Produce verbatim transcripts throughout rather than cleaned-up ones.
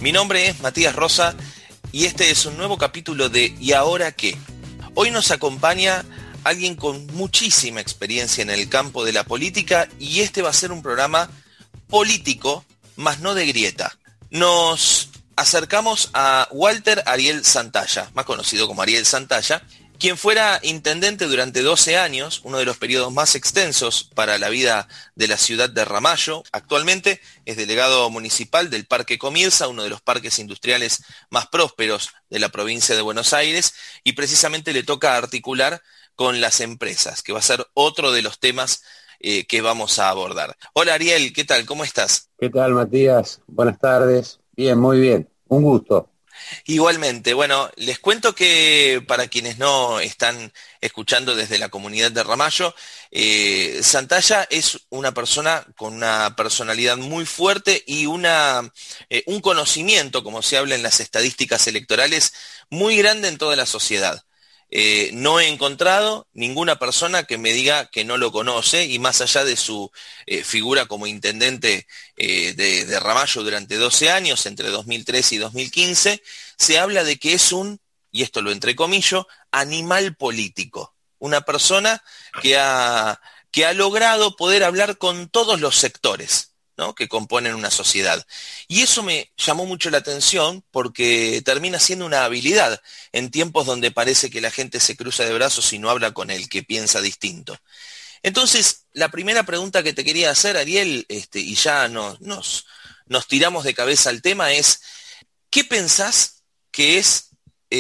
Mi nombre es Matías Rosa y este es un nuevo capítulo de ¿Y ahora qué? Hoy nos acompaña alguien con muchísima experiencia en el campo de la política y este va a ser un programa político, más no de grieta. Nos acercamos a Walter Ariel Santalla, más conocido como Ariel Santalla, quien fuera intendente durante doce años, uno de los periodos más extensos para la vida de la ciudad de Ramallo. Actualmente es delegado municipal del Parque Comirsa, uno de los parques industriales más prósperos de la provincia de Buenos Aires, y precisamente le toca articular con las empresas, que va a ser otro de los temas eh, que vamos a abordar. Hola Ariel, ¿qué tal? ¿Cómo estás? ¿Qué tal, Matías? Buenas tardes. Bien, muy bien. Un gusto. Igualmente, bueno, les cuento que para quienes no están escuchando desde la comunidad de Ramallo, eh, Santalla es una persona con una personalidad muy fuerte y una, eh, un conocimiento, como se habla en las estadísticas electorales, muy grande en toda la sociedad. Eh, no he encontrado ninguna persona que me diga que no lo conoce, y más allá de su eh, figura como intendente eh, de, de Ramallo durante doce años, entre dos mil tres y dos mil quince, se habla de que es un, y esto lo entrecomillo, animal político. Una persona que ha, que ha logrado poder hablar con todos los sectores, ¿no?, que componen una sociedad. Y eso me llamó mucho la atención porque termina siendo una habilidad en tiempos donde parece que la gente se cruza de brazos y no habla con el que piensa distinto. Entonces, la primera pregunta que te quería hacer, Ariel, este, y ya nos, nos, nos tiramos de cabeza al tema, es ¿qué pensás que es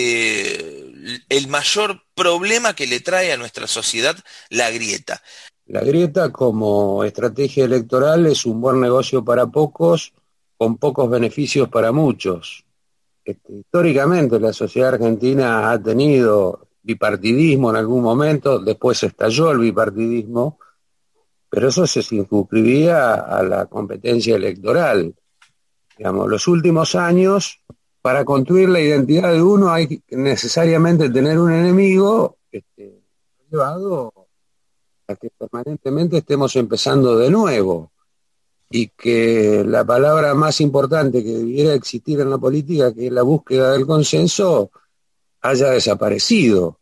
eh, el mayor problema que le trae a nuestra sociedad la grieta? La grieta como estrategia electoral es un buen negocio para pocos, con pocos beneficios para muchos. Este, históricamente la sociedad argentina ha tenido bipartidismo en algún momento, después estalló el bipartidismo, pero eso se circunscribía a la competencia electoral. Digamos, los últimos años, para construir la identidad de uno hay que necesariamente tener un enemigo, este, llevado a que permanentemente estemos empezando de nuevo y que la palabra más importante que debiera existir en la política, que es la búsqueda del consenso, haya desaparecido.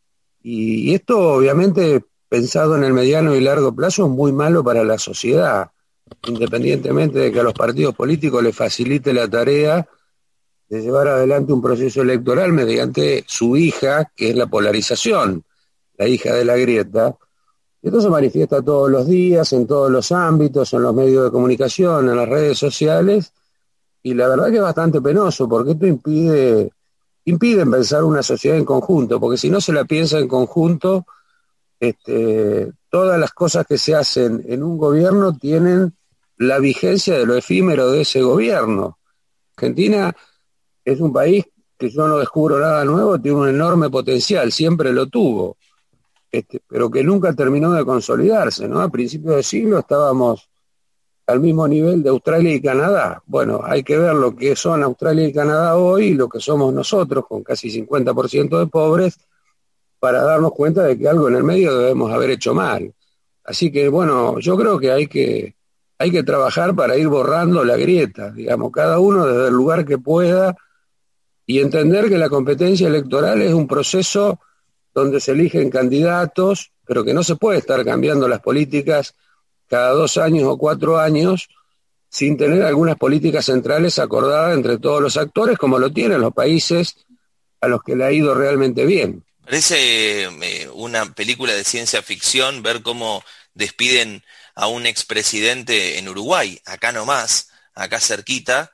Y esto obviamente, pensado en el mediano y largo plazo, es muy malo para la sociedad, independientemente de que a los partidos políticos les facilite la tarea de llevar adelante un proceso electoral mediante su hija, que es la polarización, la hija de la grieta. Esto se manifiesta todos los días, en todos los ámbitos, en los medios de comunicación, en las redes sociales, y la verdad que es bastante penoso, porque esto impide, impide pensar una sociedad en conjunto, porque si no se la piensa en conjunto, este, todas las cosas que se hacen en un gobierno tienen la vigencia de lo efímero de ese gobierno. Argentina es un país que yo no descubro nada nuevo, tiene un enorme potencial, siempre lo tuvo. Este, pero que nunca terminó de consolidarse, ¿no? A principios de siglo estábamos al mismo nivel de Australia y Canadá. Bueno, hay que ver lo que son Australia y Canadá hoy y lo que somos nosotros, con casi cincuenta por ciento de pobres, para darnos cuenta de que algo en el medio debemos haber hecho mal. Así que, bueno, yo creo que hay que, hay que trabajar para ir borrando la grieta, digamos, cada uno desde el lugar que pueda, y entender que la competencia electoral es un proceso donde se eligen candidatos, pero que no se puede estar cambiando las políticas cada dos años o cuatro años sin tener algunas políticas centrales acordadas entre todos los actores, como lo tienen los países a los que le ha ido realmente bien. Parece eh, una película de ciencia ficción ver cómo despiden a un expresidente en Uruguay, acá nomás, acá cerquita,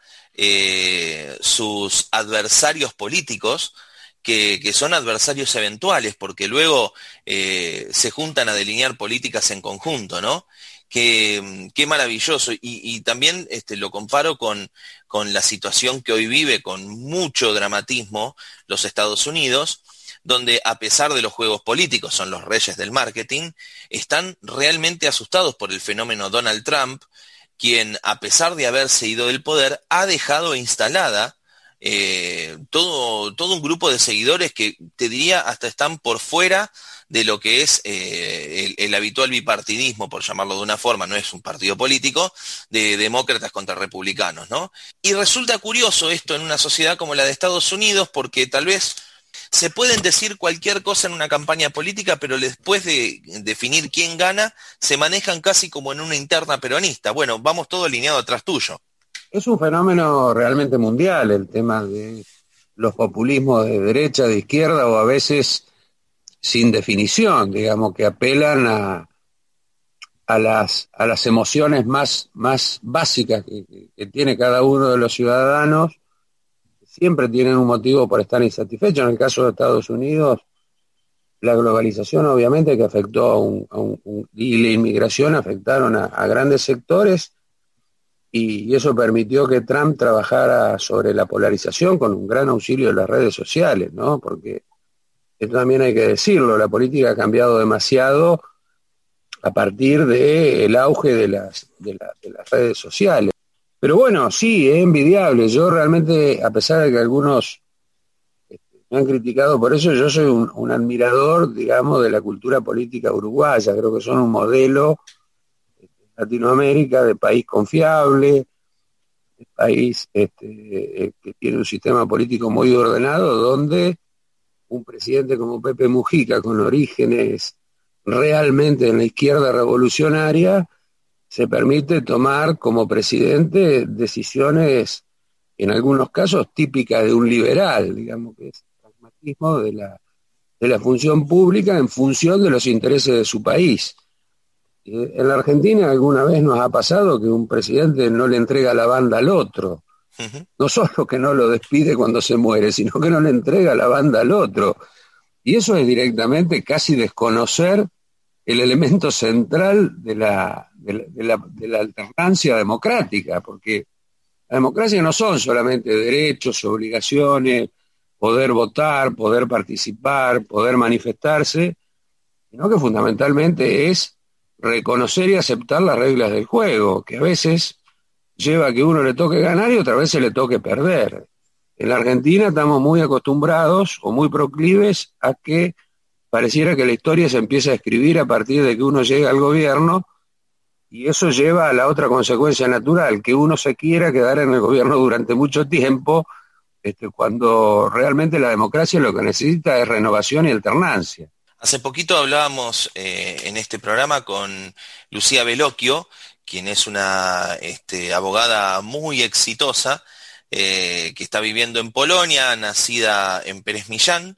eh, sus adversarios políticos, Que, que son adversarios eventuales, porque luego eh, se juntan a delinear políticas en conjunto, ¿no? Qué, qué maravilloso. Y, y también este, lo comparo con, con la situación que hoy vive con mucho dramatismo los Estados Unidos, donde a pesar de los juegos políticos, son los reyes del marketing, están realmente asustados por el fenómeno Donald Trump, quien, a pesar de haberse ido del poder, ha dejado instalada Eh, todo, todo un grupo de seguidores que te diría hasta están por fuera de lo que es eh, el, el habitual bipartidismo, por llamarlo de una forma, no es un partido político, de demócratas contra republicanos, ¿no? Y resulta curioso esto en una sociedad como la de Estados Unidos, porque tal vez se pueden decir cualquier cosa en una campaña política, pero después de definir quién gana, se manejan casi como en una interna peronista. Bueno, vamos todo alineado atrás tuyo. Es un fenómeno realmente mundial el tema de los populismos de derecha, de izquierda, o a veces sin definición, digamos, que apelan a, a, las, a las emociones más, más básicas que, que, que tiene cada uno de los ciudadanos. Siempre tienen un motivo por estar insatisfechos. En el caso de Estados Unidos, la globalización obviamente que afectó a un, a un, un y la inmigración afectaron a, a grandes sectores, y eso permitió que Trump trabajara sobre la polarización con un gran auxilio de las redes sociales, ¿no? Porque esto también hay que decirlo, la política ha cambiado demasiado a partir del auge de las, de, la, de las redes sociales. Pero bueno, sí, es envidiable. Yo realmente, a pesar de que algunos me han criticado por eso, yo soy un, un admirador, digamos, de la cultura política uruguaya. Creo que son un modelo de Latinoamérica, de país confiable, de país este, que tiene un sistema político muy ordenado, donde un presidente como Pepe Mujica, con orígenes realmente en la izquierda revolucionaria, se permite tomar como presidente decisiones, en algunos casos, típicas de un liberal, digamos, que es el pragmatismo de la, de la función pública en función de los intereses de su país. En la Argentina alguna vez nos ha pasado que un presidente no le entrega la banda al otro. Uh-huh. No solo que no lo despide cuando se muere, sino que no le entrega la banda al otro. Y eso es directamente casi desconocer el elemento central de la, de la, de la, de la alternancia democrática, porque la democracia no son solamente derechos, obligaciones, poder votar, poder participar, poder manifestarse, sino que fundamentalmente es reconocer y aceptar las reglas del juego, que a veces lleva a que uno le toque ganar y otra vez se le toque perder. En la Argentina estamos muy acostumbrados o muy proclives a que pareciera que la historia se empieza a escribir a partir de que uno llega al gobierno, y eso lleva a la otra consecuencia natural, que uno se quiera quedar en el gobierno durante mucho tiempo, este, cuando realmente la democracia lo que necesita es renovación y alternancia. Hace poquito hablábamos eh, en este programa con Lucía Bellocchio, quien es una este, abogada muy exitosa, eh, que está viviendo en Polonia, nacida en Pérez Millán,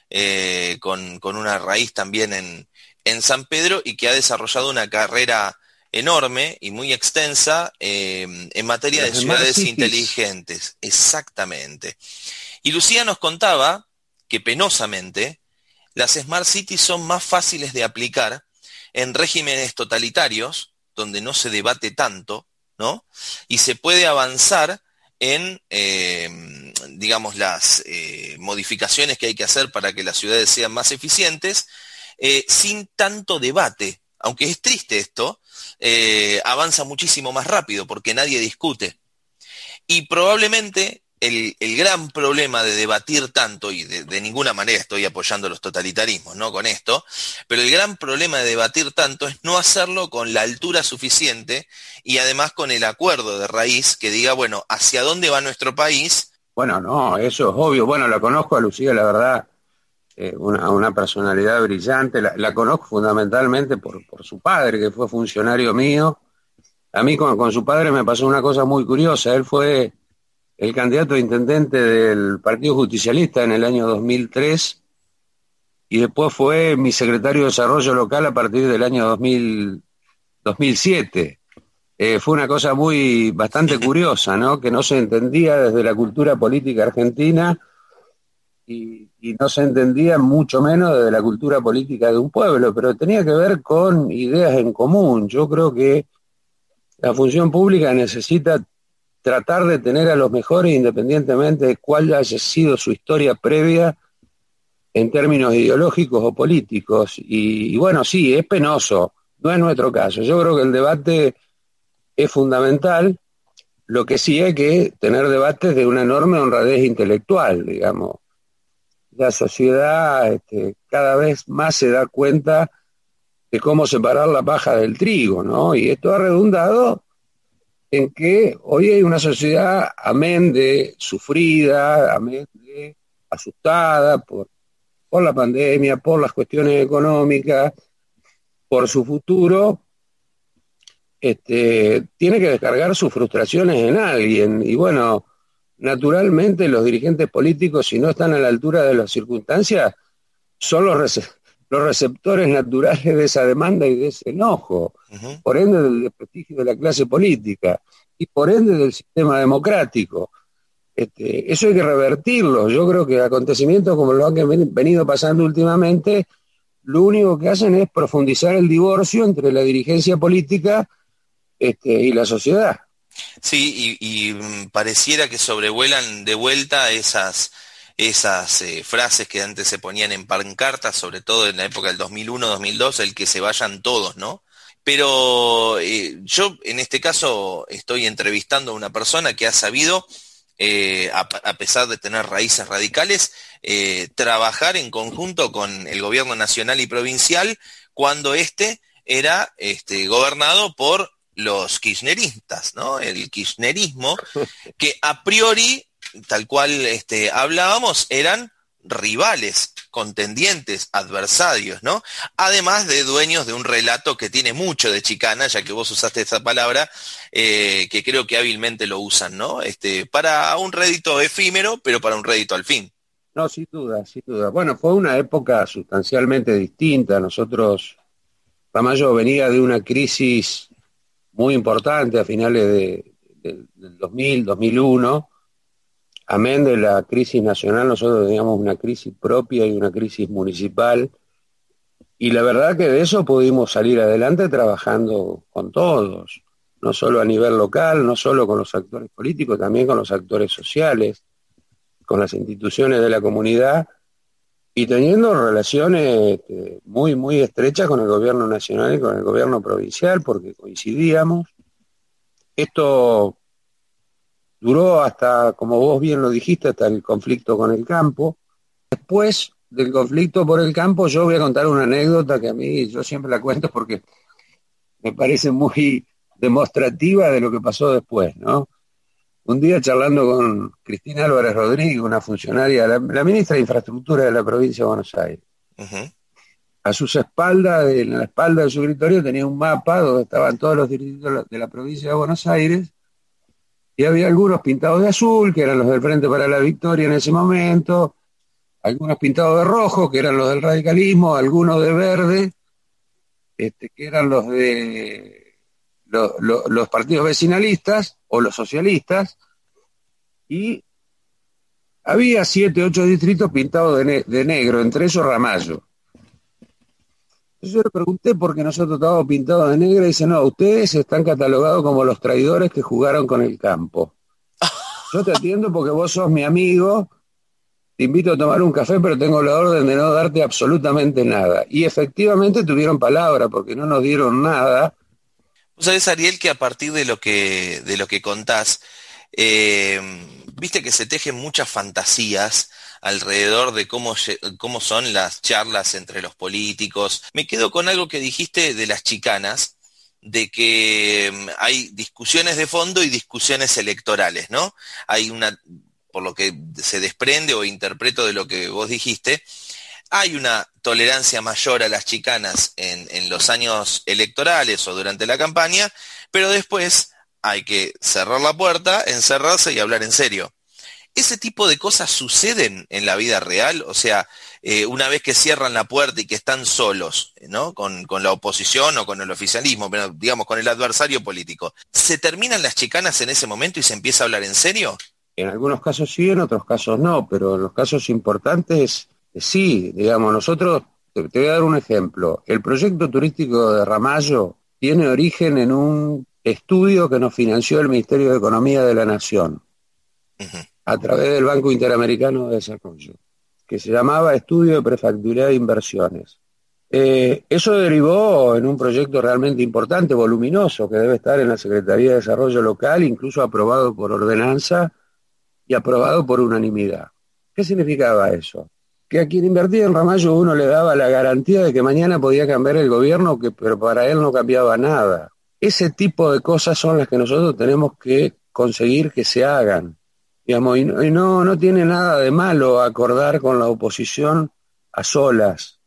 Eh, con, con una raíz también en, en San Pedro, y que ha desarrollado una carrera enorme y muy extensa eh, en materia de ciudades inteligentes. Exactamente. Y Lucía nos contaba que penosamente las Smart Cities son más fáciles de aplicar en regímenes totalitarios, donde no se debate tanto, ¿no? Y se puede avanzar en, eh, digamos, las eh, modificaciones que hay que hacer para que las ciudades sean más eficientes, eh, sin tanto debate. Aunque es triste esto, eh, avanza muchísimo más rápido porque nadie discute. Y probablemente el, el gran problema de debatir tanto, y de, de ninguna manera estoy apoyando los totalitarismos, ¿no?, con esto, pero el gran problema de debatir tanto es no hacerlo con la altura suficiente y además con el acuerdo de raíz que diga, bueno, ¿hacia dónde va nuestro país? Bueno, no, eso es obvio. Bueno, la conozco a Lucía, la verdad, eh, una, una personalidad brillante. La, la conozco fundamentalmente por, por su padre, que fue funcionario mío. A mí con, con su padre me pasó una cosa muy curiosa. Él fue el candidato a intendente del Partido Justicialista en el año dos mil tres, y después fue mi secretario de Desarrollo Local a partir del año dos mil, dos mil siete. Eh, fue una cosa muy, bastante curiosa, ¿no?, que no se entendía desde la cultura política argentina, y, y no se entendía mucho menos desde la cultura política de un pueblo, pero tenía que ver con ideas en común. Yo creo que la función pública necesita tratar de tener a los mejores independientemente de cuál haya sido su historia previa en términos ideológicos o políticos. Y, y bueno, sí, es penoso, no es nuestro caso. Yo creo que el debate es fundamental. Lo que sí hay que tener debates de una enorme honradez intelectual, digamos. la sociedad este, cada vez más se da cuenta de cómo separar la paja del trigo, ¿no? Y esto ha redundado en que hoy hay una sociedad, amén de sufrida, amén de asustada por, por la pandemia, por las cuestiones económicas, por su futuro, este, tiene que descargar sus frustraciones en alguien. Y bueno, naturalmente los dirigentes políticos, si no están a la altura de las circunstancias, son los, rece- los receptores naturales de esa demanda y de ese enojo, uh-huh. Por ende del desprestigio de la clase política y por ende del sistema democrático. Este, eso hay que revertirlo. Yo creo que acontecimientos como los que han venido pasando últimamente, lo único que hacen es profundizar el divorcio entre la dirigencia política este, y la sociedad. Sí, y, y pareciera que sobrevuelan de vuelta esas, esas eh, frases que antes se ponían en pancartas, sobre todo en la época del dos mil uno, dos mil dos, el que se vayan todos, ¿no? Pero eh, yo en este caso estoy entrevistando a una persona que ha sabido, eh, a, a pesar de tener raíces radicales, eh, trabajar en conjunto con el gobierno nacional y provincial cuando este era este, gobernado por los kirchneristas, ¿no? El kirchnerismo, que a priori, tal cual este, hablábamos, eran rivales, contendientes, adversarios, ¿no? Además de dueños de un relato que tiene mucho de chicana, ya que vos usaste esa palabra, eh, que creo que hábilmente lo usan, ¿no? Este, para un rédito efímero, pero para un rédito al fin. No, sin duda, sin duda. Bueno, fue una época sustancialmente distinta. Nosotros, Ramallo venía de una crisis muy importante a finales de, de, del dos mil, dos mil uno. Amén de la crisis nacional, nosotros teníamos una crisis propia y una crisis municipal, y la verdad que de eso pudimos salir adelante trabajando con todos, no solo a nivel local, no solo con los actores políticos, también con los actores sociales, con las instituciones de la comunidad, y teniendo relaciones este, muy, muy estrechas con el gobierno nacional y con el gobierno provincial, porque coincidíamos. Esto duró hasta, como vos bien lo dijiste, hasta el conflicto con el campo. Después del conflicto por el campo, yo voy a contar una anécdota que a mí, yo siempre la cuento porque me parece muy demostrativa de lo que pasó después, ¿no? Un día charlando con Cristina Álvarez Rodríguez, una funcionaria, la, la ministra de Infraestructura de la provincia de Buenos Aires. Uh-huh. A sus espaldas, en la espalda de su escritorio, tenía un mapa donde estaban todos los distritos de la provincia de Buenos Aires, y había algunos pintados de azul, que eran los del Frente para la Victoria en ese momento, algunos pintados de rojo, que eran los del radicalismo, algunos de verde, este, que eran los de lo, lo, los partidos vecinalistas o los socialistas, y había siete, ocho distritos pintados de, ne- de negro, entre esos Ramallo. Yo le pregunté por qué nosotros estábamos pintados de negro, y dice, no, ustedes están catalogados como los traidores que jugaron con el campo. Yo te atiendo porque vos sos mi amigo, te invito a tomar un café, pero tengo la orden de no darte absolutamente nada. Y efectivamente tuvieron palabra, porque no nos dieron nada. Vos sabés, Ariel, que a partir de lo que, de lo que contás, eh, viste que se tejen muchas fantasías alrededor de cómo, cómo son las charlas entre los políticos. Me quedo con algo que dijiste de las chicanas, de que hay discusiones de fondo y discusiones electorales, ¿no? Hay una, por lo que se desprende o interpreto de lo que vos dijiste, hay una tolerancia mayor a las chicanas en, en los años electorales o durante la campaña, pero después hay que cerrar la puerta, encerrarse y hablar en serio. ¿Ese tipo de cosas suceden en la vida real? O sea, eh, una vez que cierran la puerta y que están solos, ¿no? Con, con la oposición o con el oficialismo, pero digamos con el adversario político, ¿se terminan las chicanas en ese momento y se empieza a hablar en serio? En algunos casos sí, en otros casos no, pero en los casos importantes sí, digamos, nosotros, te, te voy a dar un ejemplo. El proyecto turístico de Ramallo tiene origen en un estudio que nos financió el Ministerio de Economía de la Nación. Uh-huh. A través del Banco Interamericano de Desarrollo, que se llamaba Estudio de Prefactibilidad de Inversiones. Eh, eso derivó en un proyecto realmente importante, voluminoso, que debe estar en la Secretaría de Desarrollo Local, incluso aprobado por ordenanza y aprobado por unanimidad. ¿Qué significaba eso? que a quien invertía en Ramallo uno le daba la garantía de que mañana podía cambiar el gobierno, que, pero para él no cambiaba nada. Ese tipo de cosas son las que nosotros tenemos que conseguir que se hagan. Digamos, y no, y no, no tiene nada de malo acordar con la oposición a solas,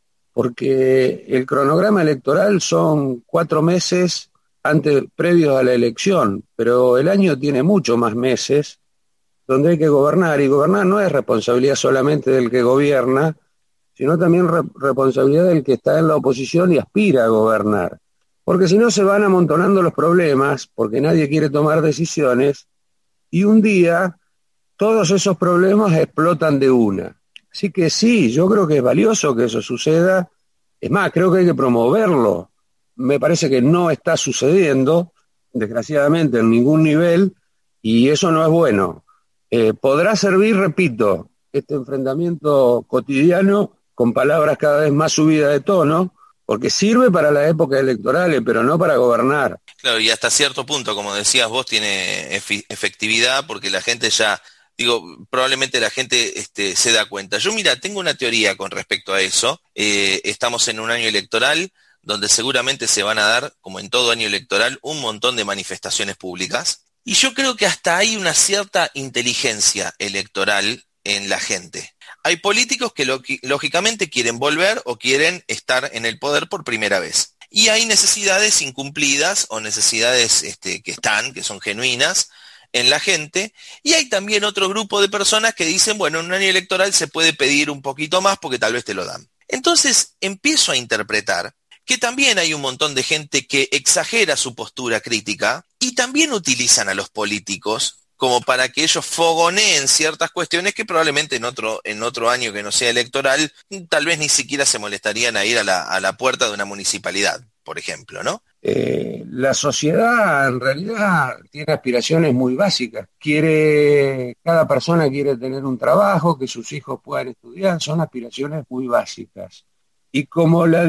porque el cronograma electoral son cuatro meses antes, previos a la elección, pero el año tiene mucho más meses donde hay que gobernar, y gobernar no es responsabilidad solamente del que gobierna, sino también re- responsabilidad del que está en la oposición y aspira a gobernar. Porque si no se van amontonando los problemas, porque nadie quiere tomar decisiones, y un día todos esos problemas explotan de una. Así que sí, yo creo que es valioso que eso suceda, es más, creo que hay que promoverlo. Me parece que no está sucediendo, desgraciadamente, en ningún nivel, y eso no es bueno. Eh, podrá servir, repito, este enfrentamiento cotidiano con palabras cada vez más subidas de tono, porque sirve para las épocas electorales, pero no para gobernar. Claro, y hasta cierto punto, como decías vos, tiene efi- efectividad porque la gente ya, digo, probablemente la gente este, se da cuenta. Yo, mira, tengo una teoría con respecto a eso. Eh, estamos en un año electoral donde seguramente se van a dar, como en todo año electoral, un montón de manifestaciones públicas. Y yo creo que hasta hay una cierta inteligencia electoral en la gente. Hay políticos que lo, lógicamente quieren volver o quieren estar en el poder por primera vez. Y hay necesidades incumplidas o necesidades este, que están, que son genuinas en la gente. Y hay también otro grupo de personas que dicen, bueno, en un año electoral se puede pedir un poquito más porque tal vez te lo dan. Entonces empiezo a interpretar que también hay un montón de gente que exagera su postura crítica y también utilizan a los políticos como para que ellos fogoneen ciertas cuestiones que probablemente en otro, en otro año que no sea electoral, tal vez ni siquiera se molestarían a ir a la, a la puerta de una municipalidad, por ejemplo, ¿no? Eh, la sociedad en realidad tiene aspiraciones muy básicas. Quiere, cada persona quiere tener un trabajo, que sus hijos puedan estudiar, son aspiraciones muy básicas. Y como la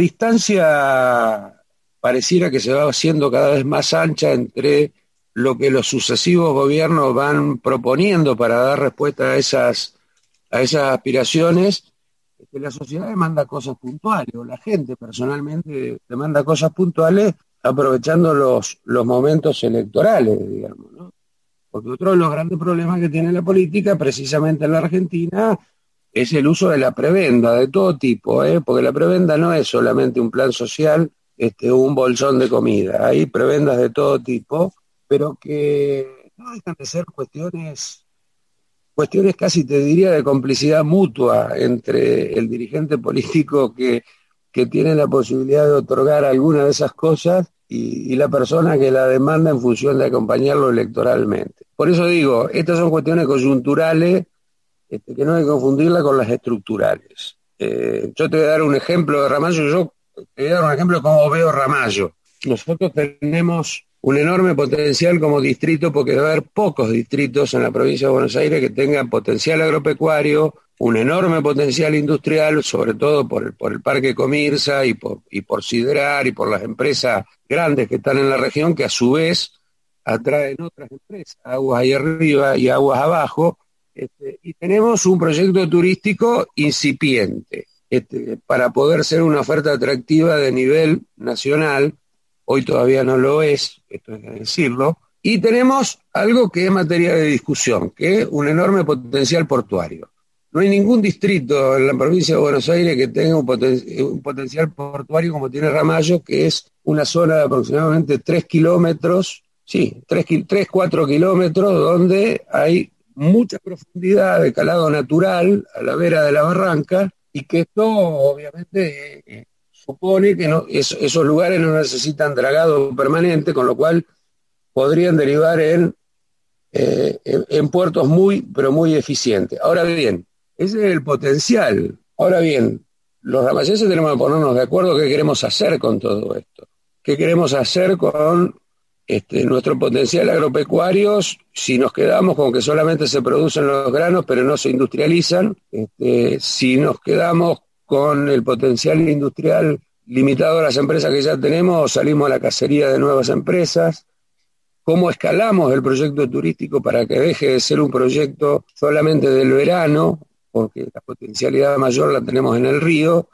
distancia pareciera que se va haciendo cada vez más ancha entre lo que los sucesivos gobiernos van proponiendo para dar respuesta a esas, a esas aspiraciones, que la sociedad demanda cosas puntuales, o la gente personalmente demanda cosas puntuales aprovechando los, los momentos electorales, digamos, ¿no? Porque otro de los grandes problemas que tiene la política, precisamente en la Argentina, es el uso de la prebenda, de todo tipo, ¿eh? Porque la prebenda no es solamente un plan social, este, un bolsón de comida, hay prebendas de todo tipo, pero que no dejan de ser cuestiones, cuestiones casi te diría de complicidad mutua entre el dirigente político que, que tiene la posibilidad de otorgar alguna de esas cosas y, y la persona que la demanda en función de acompañarlo electoralmente. Por eso digo, estas son cuestiones coyunturales, Este, que no hay que confundirla con las estructurales. Eh, yo te voy a dar un ejemplo de Ramallo, yo te voy a dar un ejemplo de cómo veo Ramallo. Nosotros tenemos un enorme potencial como distrito, porque debe haber pocos distritos en la provincia de Buenos Aires que tengan potencial agropecuario, un enorme potencial industrial, sobre todo por el, por el Parque Comirsa y por, y por Siderar y por las empresas grandes que están en la región, que a su vez atraen otras empresas, aguas ahí arriba y aguas abajo. Este, y tenemos un proyecto turístico incipiente, este, para poder ser una oferta atractiva de nivel nacional. Hoy todavía no lo es, esto hay que decirlo, y tenemos algo que es materia de discusión, que es un enorme potencial portuario. No hay ningún distrito en la provincia de Buenos Aires que tenga un, poten- un potencial portuario como tiene Ramallo, que es una zona de aproximadamente tres kilómetros, sí, tres, cuatro kilómetros, donde hay mucha profundidad de calado natural a la vera de la barranca, y que esto obviamente eh, supone que no, es, esos lugares no necesitan dragado permanente, con lo cual podrían derivar en, eh, en, en puertos muy, pero muy eficientes. Ahora bien, ese es el potencial. Ahora bien, los ramallenses tenemos que ponernos de acuerdo qué queremos hacer con todo esto. ¿Qué queremos hacer con Este, nuestro potencial agropecuario, si nos quedamos con que solamente se producen los granos pero no se industrializan? Este, si nos quedamos con el potencial industrial limitado a las empresas que ya tenemos, o salimos a la cacería de nuevas empresas. ¿Cómo escalamos el proyecto turístico para que deje de ser un proyecto solamente del verano, porque la potencialidad mayor la tenemos en el río.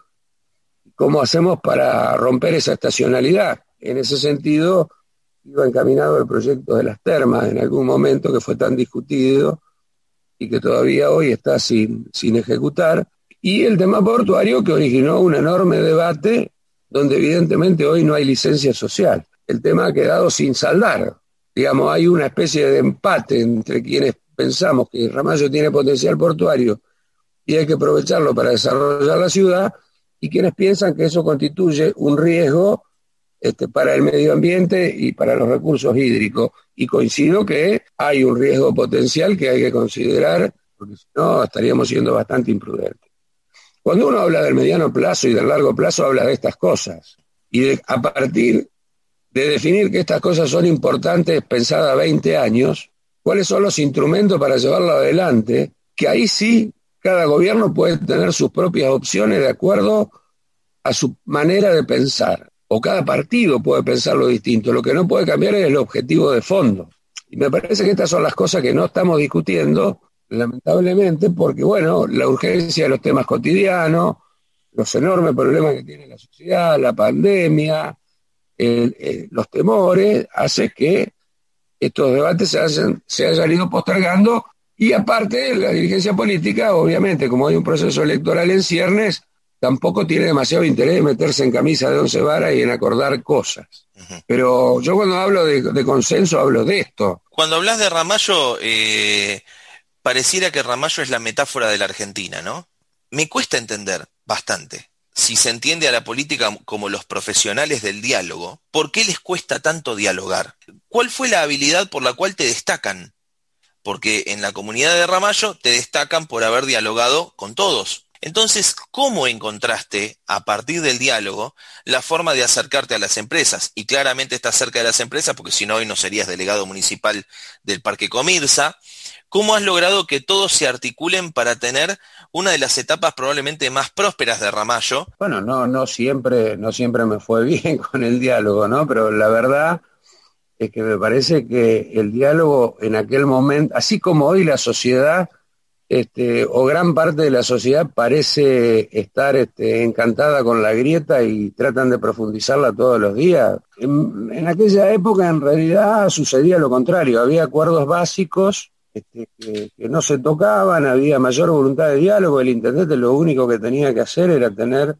¿Cómo hacemos para romper esa estacionalidad? En ese sentido, iba encaminado el proyecto de las termas en algún momento, que fue tan discutido y que todavía hoy está sin, sin ejecutar, y el tema portuario, que originó un enorme debate donde evidentemente hoy no hay licencia social. El tema ha quedado sin saldar. Digamos, hay una especie de empate entre quienes pensamos que Ramallo tiene potencial portuario y hay que aprovecharlo para desarrollar la ciudad, y quienes piensan que eso constituye un riesgo este, para el medio ambiente y para los recursos hídricos. Y coincido que hay un riesgo potencial que hay que considerar, porque si no estaríamos siendo bastante imprudentes. Cuando uno habla del mediano plazo y del largo plazo, habla de estas cosas. Y de, a partir de definir que estas cosas son importantes pensadas a veinte años, cuáles son los instrumentos para llevarlo adelante, que ahí sí cada gobierno puede tener sus propias opciones de acuerdo a su manera de pensar, o cada partido puede pensar lo distinto. Lo que no puede cambiar es el objetivo de fondo. Y me parece que estas son las cosas que no estamos discutiendo, lamentablemente, porque, bueno, la urgencia de los temas cotidianos, los enormes problemas que tiene la sociedad, la pandemia, el, el, los temores, hace que estos debates se hayan, se hayan ido postergando. Y aparte, la dirigencia política, obviamente, como hay un proceso electoral en ciernes, tampoco tiene demasiado interés en meterse en camisa de once varas y en acordar cosas. Uh-huh. Pero yo cuando hablo de, de consenso, hablo de esto. Cuando hablas de Ramallo, eh, pareciera que Ramallo es la metáfora de la Argentina, ¿no? Me cuesta entender bastante. Si se entiende a la política como los profesionales del diálogo, ¿por qué les cuesta tanto dialogar? ¿Cuál fue la habilidad por la cual te destacan? Porque en la comunidad de Ramallo te destacan por haber dialogado con todos. Entonces, ¿cómo encontraste, a partir del diálogo, la forma de acercarte a las empresas? Y claramente estás cerca de las empresas, porque si no, hoy no serías delegado municipal del Parque Comirsa. ¿Cómo has logrado que todos se articulen para tener una de las etapas probablemente más prósperas de Ramallo? Bueno, no, no siempre, no siempre me fue bien con el diálogo, ¿no? Pero la verdad es que me parece que el diálogo en aquel momento, así como hoy la sociedad, este, o gran parte de la sociedad parece estar este, encantada con la grieta y tratan de profundizarla todos los días, en, en aquella época en realidad sucedía lo contrario, había acuerdos básicos este, que, que no se tocaban, había mayor voluntad de diálogo, el intendente lo único que tenía que hacer era tener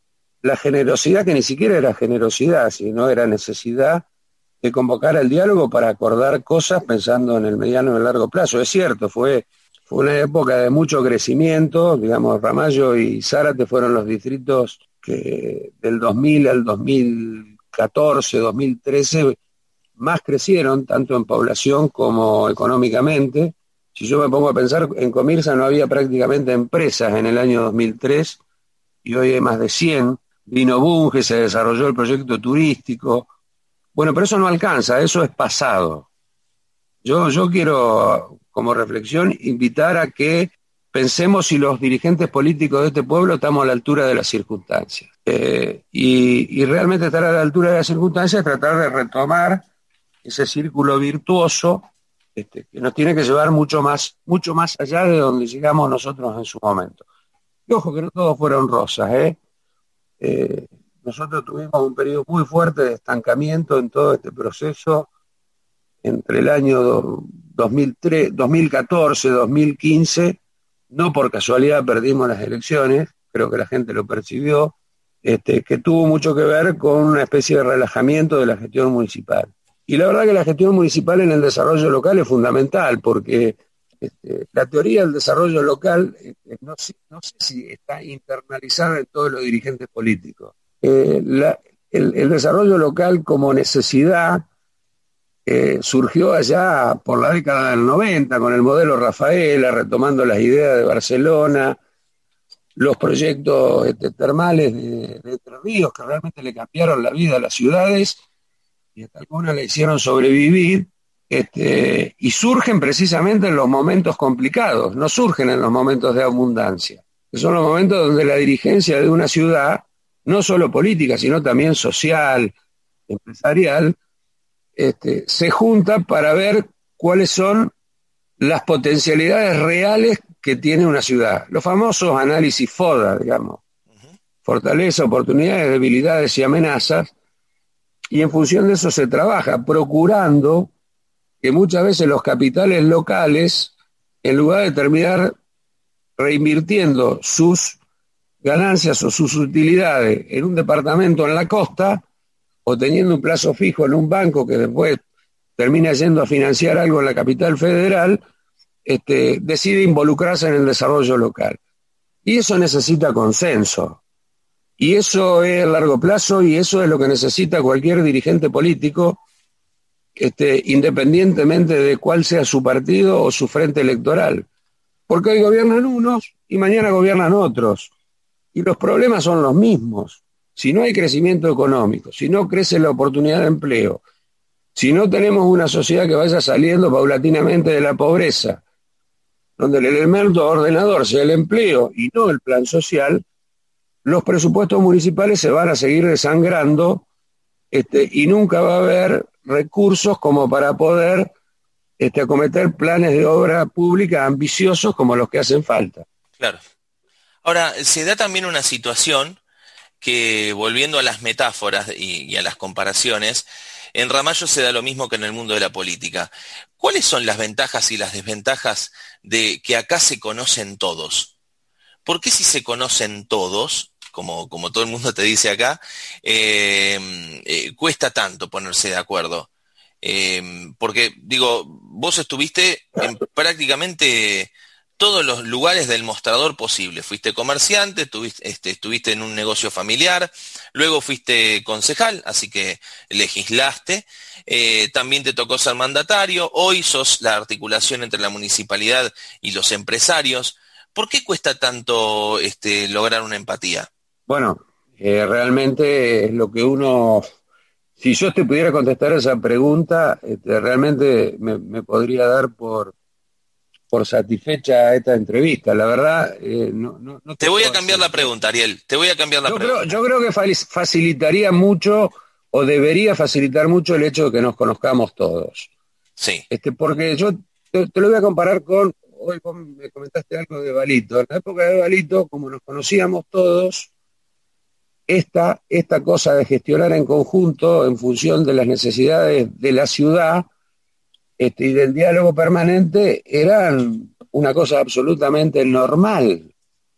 la generosidad, que ni siquiera era generosidad, sino era necesidad de convocar al diálogo para acordar cosas pensando en el mediano y el largo plazo. Es cierto, fue, fue una época de mucho crecimiento, digamos, Ramallo y Zárate fueron los distritos que del dos mil al dos mil catorce, dos mil trece más crecieron, tanto en población como económicamente. Si yo me pongo a pensar, en Comirsa no había prácticamente empresas en el año dos mil tres y hoy hay más de cien. Vino Bunge, se desarrolló el proyecto turístico. Bueno, pero eso no alcanza, eso es pasado. Yo, yo quiero, como reflexión, invitar a que pensemos si los dirigentes políticos de este pueblo estamos a la altura de las circunstancias. Eh, y, y realmente estar a la altura de las circunstancias es tratar de retomar ese círculo virtuoso este, que nos tiene que llevar mucho más, mucho más allá de donde llegamos nosotros en su momento. Y ojo que no todos fueron rosas, ¿eh? Eh, nosotros tuvimos un periodo muy fuerte de estancamiento en todo este proceso entre el año dos mil tres, dos mil catorce, dos mil quince, no por casualidad perdimos las elecciones, creo que la gente lo percibió, este, que tuvo mucho que ver con una especie de relajamiento de la gestión municipal. Y la verdad que la gestión municipal en el desarrollo local es fundamental, porque Este, la teoría del desarrollo local, este, no, sé, no sé si está internalizada en todos los dirigentes políticos. Eh, la, el, el desarrollo local como necesidad eh, surgió allá por la década del noventa con el modelo Rafaela, retomando las ideas de Barcelona, los proyectos este, termales de, de Entre Ríos, que realmente le cambiaron la vida a las ciudades y hasta algunas le hicieron sobrevivir. Este, y surgen precisamente en los momentos complicados, no surgen en los momentos de abundancia, que son los momentos donde la dirigencia de una ciudad, no solo política, sino también social, empresarial, este, se junta para ver cuáles son las potencialidades reales que tiene una ciudad. Los famosos análisis FODA, digamos. Uh-huh. Fortaleza, oportunidades, debilidades y amenazas. Y en función de eso se trabaja, procurando que muchas veces los capitales locales, en lugar de terminar reinvirtiendo sus ganancias o sus utilidades en un departamento en la costa, o teniendo un plazo fijo en un banco que después termina yendo a financiar algo en la capital federal, este, decide involucrarse en el desarrollo local. Y eso necesita consenso. Y eso es a largo plazo, y eso es lo que necesita cualquier dirigente político, este, independientemente de cuál sea su partido o su frente electoral. Porque hoy gobiernan unos y mañana gobiernan otros. Y los problemas son los mismos. Si no hay crecimiento económico, si no crece la oportunidad de empleo, si no tenemos una sociedad que vaya saliendo paulatinamente de la pobreza, donde el elemento ordenador sea el empleo y no el plan social, los presupuestos municipales se van a seguir desangrando, este, y nunca va a haber recursos como para poder este, acometer planes de obra pública ambiciosos como los que hacen falta. Claro. Ahora, se da también una situación que, volviendo a las metáforas y, y a las comparaciones, en Ramallo se da lo mismo que en el mundo de la política. ¿Cuáles son las ventajas y las desventajas de que acá se conocen todos? ¿Por qué si se conocen todos, como, como todo el mundo te dice acá, eh, eh, cuesta tanto ponerse de acuerdo? Eh, porque, digo, vos estuviste en prácticamente todos los lugares del mostrador posible. Fuiste comerciante, estuviste, este, estuviste en un negocio familiar, luego fuiste concejal, así que legislaste, eh, también te tocó ser mandatario, hoy sos la articulación entre la municipalidad y los empresarios. ¿Por qué cuesta tanto este, lograr una empatía? Bueno, eh, realmente es lo que uno... Si yo te pudiera contestar esa pregunta, este, realmente me, me podría dar por... por satisfecha esta entrevista. La verdad, eh, no, no, no te, te voy a cambiar la pregunta, Ariel. Te voy a cambiar la yo pregunta. Creo, yo creo que facilitaría mucho, o debería facilitar mucho, el hecho de que nos conozcamos todos. Sí. Este, porque yo te, te lo voy a comparar con, hoy vos me comentaste algo de Balito. En la época de Balito, como nos conocíamos todos, esta, esta cosa de gestionar en conjunto en función de las necesidades de la ciudad, Este, y del diálogo permanente, eran una cosa absolutamente normal,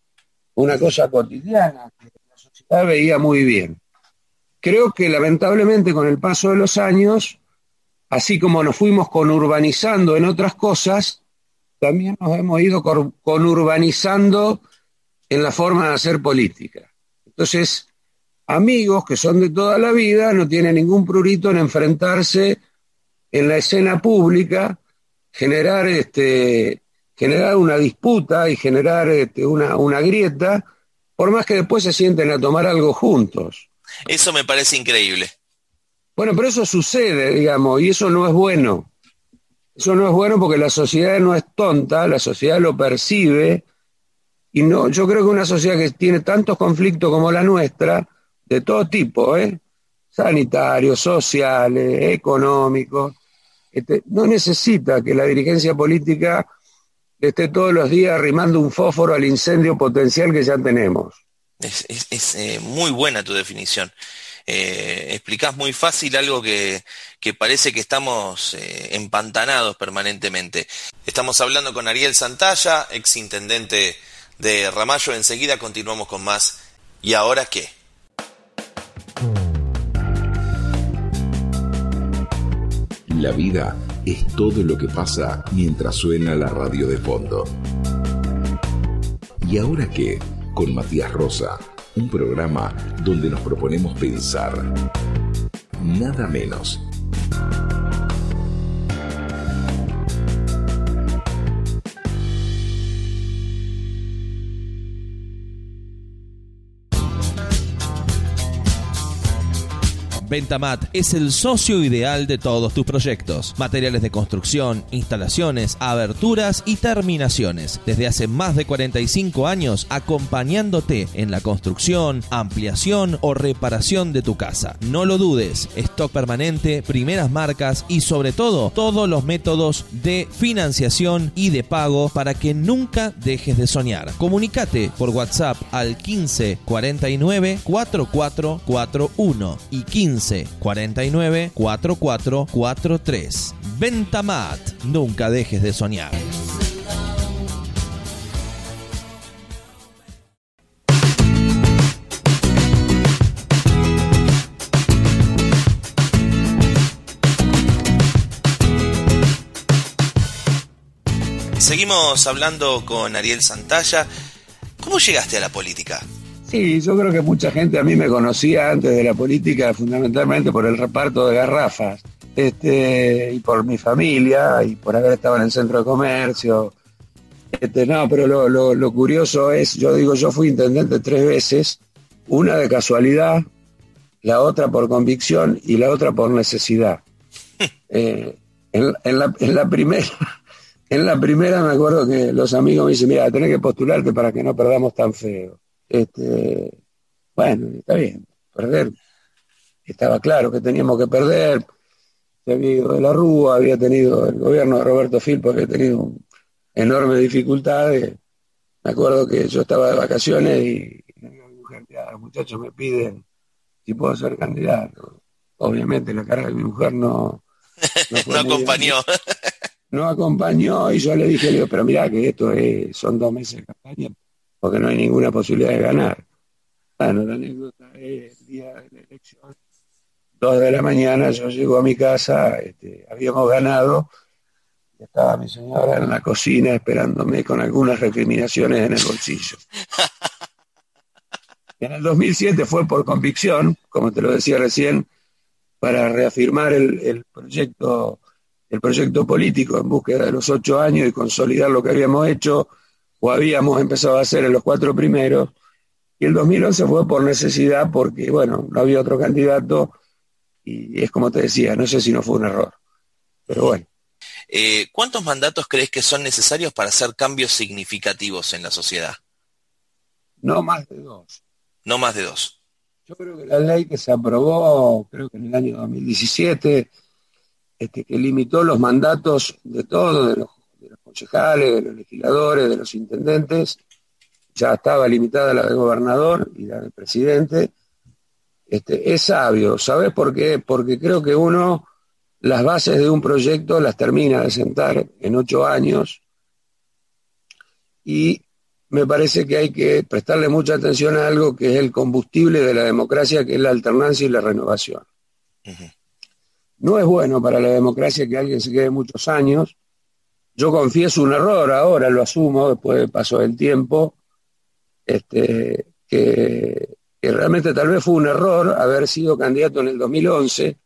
una cosa cotidiana, que la sociedad veía muy bien. Creo que lamentablemente con el paso de los años, así como nos fuimos conurbanizando en otras cosas, también nos hemos ido conurbanizando en la forma de hacer política. Entonces, amigos que son de toda la vida no tienen ningún prurito en enfrentarse en la escena pública, generar este generar una disputa y generar este, una, una grieta, por más que después se sienten a tomar algo juntos. Eso me parece increíble. Bueno, pero eso sucede, digamos, y eso no es bueno. Eso no es bueno porque la sociedad no es tonta, la sociedad lo percibe, y no, yo creo que una sociedad que tiene tantos conflictos como la nuestra, de todo tipo, ¿eh? sanitarios, sociales, económicos, este, no necesita que la dirigencia política esté todos los días arrimando un fósforo al incendio potencial que ya tenemos. Es, es, es eh, muy buena tu definición. Eh, explicás muy fácil algo que, que parece que estamos eh, empantanados permanentemente. Estamos hablando con Ariel Santalla, exintendente de Ramallo. Enseguida continuamos con más. ¿Y ahora qué? La vida es todo lo que pasa mientras suena la radio de fondo. ¿Y ahora qué? Con Matías Rosa, un programa donde nos proponemos pensar. Nada menos. Ventamat es el socio ideal de todos tus proyectos. Materiales de construcción, instalaciones, aberturas y terminaciones. Desde hace más de cuarenta y cinco años acompañándote en la construcción, ampliación o reparación de tu casa. No lo dudes, stock permanente, primeras marcas y sobre todo todos los métodos de financiación y de pago para que nunca dejes de soñar. Comunicate por WhatsApp al quince cuarenta y nueve cuarenta y cuatro cuarenta y uno y quince cuarenta y nueve cuarenta y cuatro cuarenta y tres. Ventamat, nunca dejes de soñar. Seguimos hablando con Ariel Santalla. ¿Cómo llegaste a la política? Sí, yo creo que mucha gente a mí me conocía antes de la política fundamentalmente por el reparto de garrafas, este, y por mi familia, y por haber estado en el centro de comercio. Este, no, pero lo, lo, lo curioso es, yo digo, yo fui intendente tres veces, una de casualidad, la otra por convicción y la otra por necesidad. Eh, en, en, la, en la primera, en la primera me acuerdo que los amigos me dicen, mira, tenés que postularte para que no perdamos tan feo. Este, bueno, está bien, perder, estaba claro que teníamos que perder, se había ido de la Rúa, había tenido, el gobierno de Roberto Filpo había tenido enormes dificultades. Me acuerdo que yo estaba de vacaciones y mi mujer, ya, los muchachos me piden si puedo ser candidato. Obviamente la cara de mi mujer no no, no acompañó. No acompañó y yo le dije, le digo, pero mirá que esto es, son dos meses de campaña, porque no hay ninguna posibilidad de ganar. Bueno, la anécdota es el día de la elección, dos de la mañana, yo llego a mi casa, este, habíamos ganado, y estaba mi señora en la cocina esperándome con algunas recriminaciones en el bolsillo. En el dos mil siete fue por convicción, como te lo decía recién, para reafirmar el, el proyecto, el proyecto político en búsqueda de los ocho años y consolidar lo que habíamos hecho o habíamos empezado a hacer en los cuatro primeros, y el dos mil once fue por necesidad porque, bueno, no había otro candidato, y es como te decía, no sé si no fue un error, pero bueno. Eh, ¿Cuántos mandatos crees que son necesarios para hacer cambios significativos en la sociedad? No más de dos. No más de dos. Yo creo que la ley que se aprobó, creo que en el año dos mil diecisiete, este, que limitó los mandatos de todos, de los de los concejales, de los legisladores, de los intendentes, ya estaba limitada la del gobernador y la del presidente. Este, es sabio, ¿sabes por qué? Porque creo que uno las bases de un proyecto las termina de sentar en ocho años y me parece que hay que prestarle mucha atención a algo que es el combustible de la democracia, que es la alternancia y la renovación. Uh-huh. No es bueno para la democracia que alguien se quede muchos años. Yo confieso un error, ahora lo asumo, después del paso del tiempo, este, que, que realmente tal vez fue un error haber sido candidato en el dos mil once,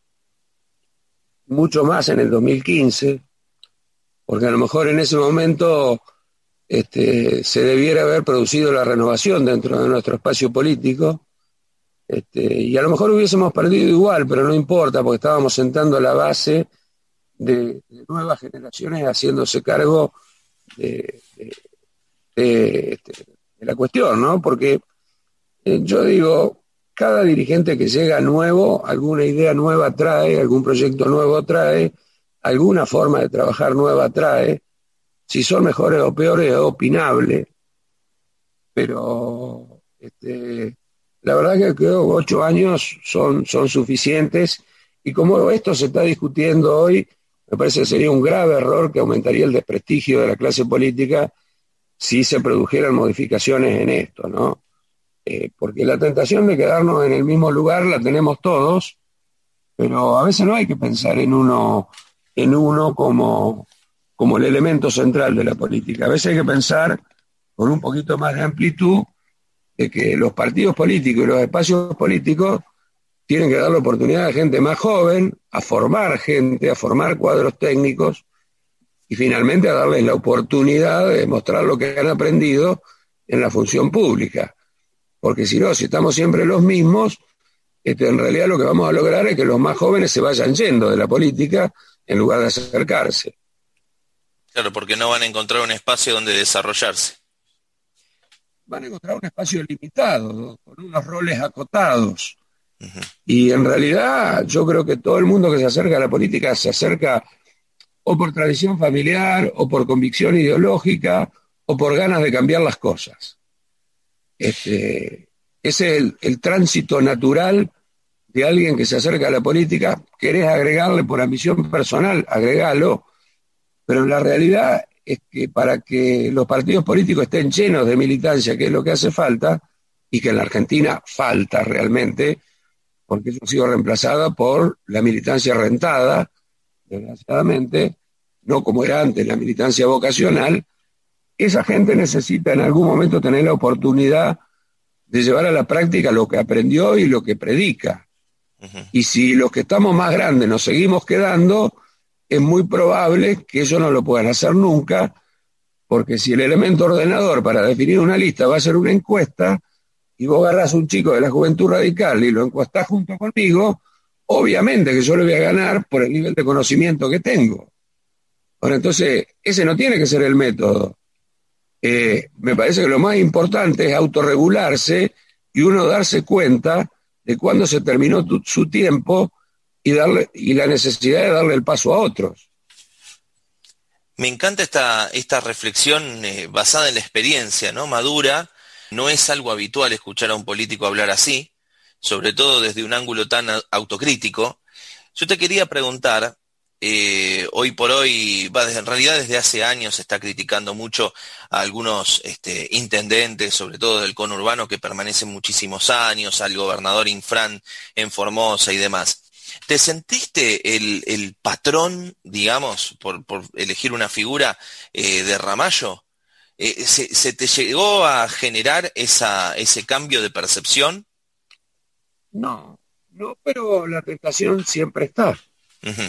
mucho más en el dos mil quince, porque a lo mejor en ese momento este, se debiera haber producido la renovación dentro de nuestro espacio político, este, y a lo mejor hubiésemos perdido igual, pero no importa, porque estábamos sentando la base De, de nuevas generaciones haciéndose cargo de, de, de, de la cuestión, ¿no? Porque eh, yo digo, cada dirigente que llega nuevo, alguna idea nueva trae, algún proyecto nuevo trae, alguna forma de trabajar nueva trae. Si son mejores o peores es opinable, pero este, la verdad que creo que ocho años son, son suficientes, y como esto se está discutiendo hoy, me parece que sería un grave error que aumentaría el desprestigio de la clase política si se produjeran modificaciones en esto, ¿no? Eh, porque la tentación de quedarnos en el mismo lugar la tenemos todos, pero a veces no hay que pensar en uno, en uno como, como el elemento central de la política. A veces hay que pensar con un poquito más de amplitud de que los partidos políticos y los espacios políticos tienen que dar la oportunidad a gente más joven, a formar gente, a formar cuadros técnicos y finalmente a darles la oportunidad de mostrar lo que han aprendido en la función pública. Porque si no, si estamos siempre los mismos, este, en realidad lo que vamos a lograr es que los más jóvenes se vayan yendo de la política en lugar de acercarse. Claro, porque no van a encontrar un espacio donde desarrollarse. Van a encontrar un espacio limitado, con unos roles acotados. Uh-huh. Y en realidad yo creo que todo el mundo que se acerca a la política se acerca o por tradición familiar, o por convicción ideológica, o por ganas de cambiar las cosas. Este, ese es el, el tránsito natural de alguien que se acerca a la política. Querés agregarle por ambición personal, agregalo, pero en la realidad es que para que los partidos políticos estén llenos de militancia, que es lo que hace falta, y que en la Argentina falta realmente, porque eso ha sido reemplazada por la militancia rentada, desgraciadamente, no como era antes la militancia vocacional. Esa gente necesita en algún momento tener la oportunidad de llevar a la práctica lo que aprendió y lo que predica. Uh-huh. Y si los que estamos más grandes nos seguimos quedando, es muy probable que ellos no lo puedan hacer nunca, porque si el elemento ordenador para definir una lista va a ser una encuesta, y vos agarrás a un chico de la Juventud Radical y lo encuestás junto conmigo, obviamente que yo le voy a ganar por el nivel de conocimiento que tengo. Ahora, entonces, ese no tiene que ser el método. Eh, me parece que lo más importante es autorregularse y uno darse cuenta de cuándo se terminó tu, su tiempo y, darle, y la necesidad de darle el paso a otros. Me encanta esta, esta reflexión eh, basada en la experiencia, ¿no? Madura. No es algo habitual escuchar a un político hablar así, sobre todo desde un ángulo tan autocrítico. Yo te quería preguntar, eh, hoy por hoy, va, desde, en realidad desde hace años se está criticando mucho a algunos este, intendentes, sobre todo del conurbano, que permanecen muchísimos años, al gobernador Infran en Formosa y demás. ¿Te sentiste el, el patrón, digamos, por, por elegir una figura eh, de Ramallo? Eh, ¿se, ¿Se te llegó a generar esa, ese cambio de percepción? No, no, pero la tentación siempre está. Uh-huh.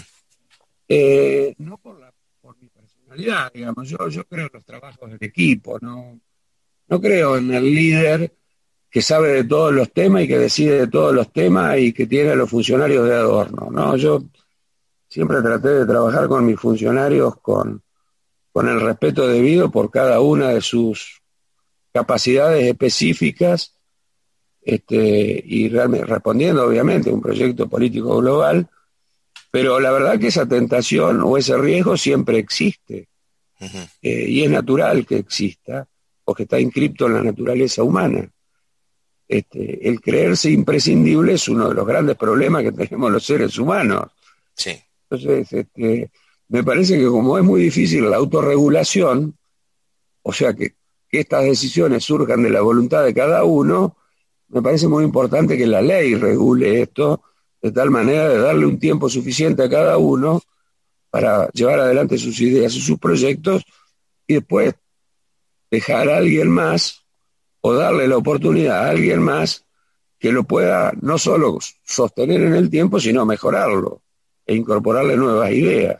Eh, no por, la, por mi personalidad, digamos, yo, yo creo en los trabajos del equipo, no, no creo en el líder que sabe de todos los temas y que decide de todos los temas y que tiene a los funcionarios de adorno, ¿no? Yo siempre traté de trabajar con mis funcionarios con, con el respeto debido por cada una de sus capacidades específicas, este, y realmente respondiendo obviamente a un proyecto político global, pero la verdad que esa tentación o ese riesgo siempre existe. Uh-huh. eh, y es natural que exista, porque está inscripto en la naturaleza humana. Este, el creerse imprescindible es uno de los grandes problemas que tenemos los seres humanos. Sí. Entonces, este, me parece que como es muy difícil la autorregulación, o sea que, que estas decisiones surjan de la voluntad de cada uno, me parece muy importante que la ley regule esto de tal manera de darle un tiempo suficiente a cada uno para llevar adelante sus ideas y sus proyectos, y después dejar a alguien más o darle la oportunidad a alguien más que lo pueda no solo sostener en el tiempo, sino mejorarlo e incorporarle nuevas ideas.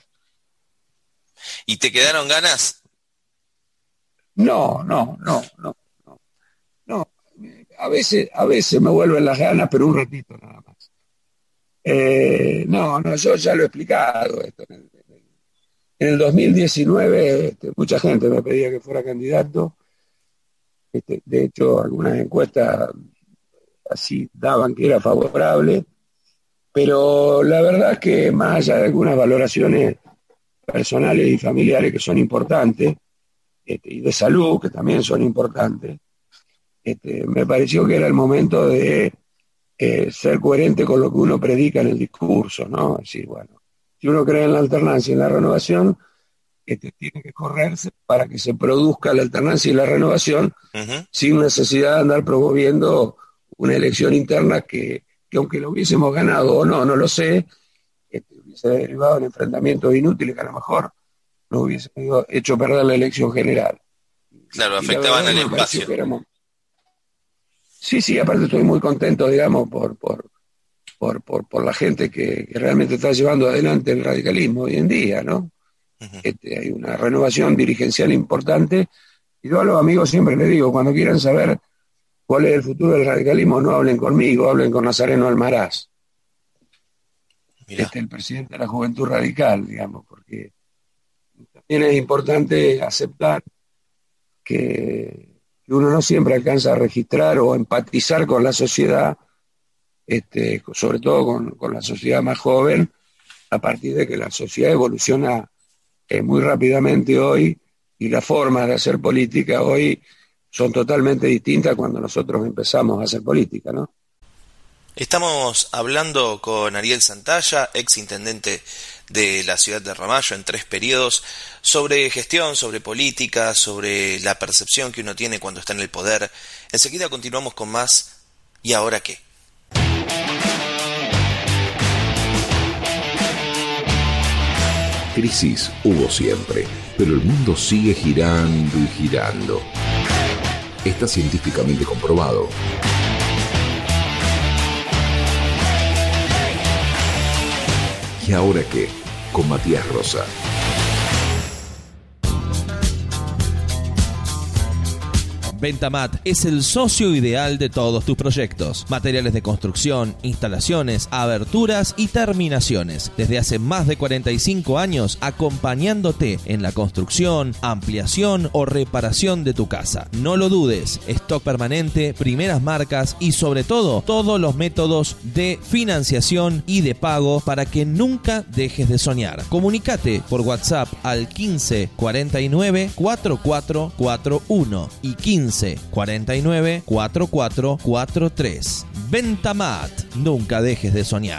¿Y te quedaron ganas? No, no, no, no, no. no. A veces, a veces me vuelven las ganas, pero un ratito nada más. Eh, no, no, yo ya lo he explicado esto. En el dos mil diecinueve este, mucha gente me pedía que fuera candidato. Este, de hecho, algunas encuestas así daban que era favorable, pero la verdad es que más allá de algunas valoraciones personales y familiares que son importantes, este, y de salud que también son importantes, este, me pareció que era el momento de eh, ser coherente con lo que uno predica en el discurso, ¿no? Es decir, bueno, si uno cree en la alternancia y en la renovación, este, tiene que correrse para que se produzca la alternancia y la renovación, uh-huh, sin necesidad de andar promoviendo una elección interna que, que aunque lo hubiésemos ganado o no, no lo sé, este, hubiese derivado en enfrentamientos inútiles que a lo mejor nos hubiese hecho perder la elección general. Claro, afectaban el espacio. Éramos... Sí, sí, aparte estoy muy contento, digamos, por, por, por, por, por la gente que, que realmente está llevando adelante el radicalismo hoy en día, ¿no? Uh-huh. Este, hay una renovación dirigencial importante, y yo a los amigos siempre les digo, cuando quieran saber ¿Cuál es el futuro del radicalismo? No hablen conmigo, hablen con Nazareno Almaraz. Mirá. Este es el presidente de la Juventud Radical, digamos, porque también es importante aceptar que, que uno no siempre alcanza a registrar o empatizar con la sociedad, este, sobre todo con, con la sociedad más joven, a partir de que la sociedad evoluciona eh, muy rápidamente hoy y las formas de hacer política hoy son totalmente distintas cuando nosotros empezamos a hacer política, ¿no? Estamos hablando con Ariel Santalla, ex intendente de la ciudad de Ramallo en tres periodos, sobre gestión, sobre política, sobre la percepción que uno tiene cuando está en el poder. Enseguida continuamos con más ¿Y ahora qué? Crisis hubo siempre, pero el mundo sigue girando y girando. Está científicamente comprobado. ¿Y ahora qué? Con Matías Rosa. Ventamat es el socio ideal de todos tus proyectos. Materiales de construcción, instalaciones, aberturas y terminaciones. Desde hace más de cuarenta y cinco años acompañándote en la construcción, ampliación o reparación de tu casa. No lo dudes, stock permanente, primeras marcas y sobre todo todos los métodos de financiación y de pago para que nunca dejes de soñar. Comunicate por WhatsApp al quince cuarenta y nueve cuarenta y cuatro cuarenta y uno y quince cuarenta y nueve cuarenta y cuatro cuarenta y tres. Ventamat, nunca dejes de soñar.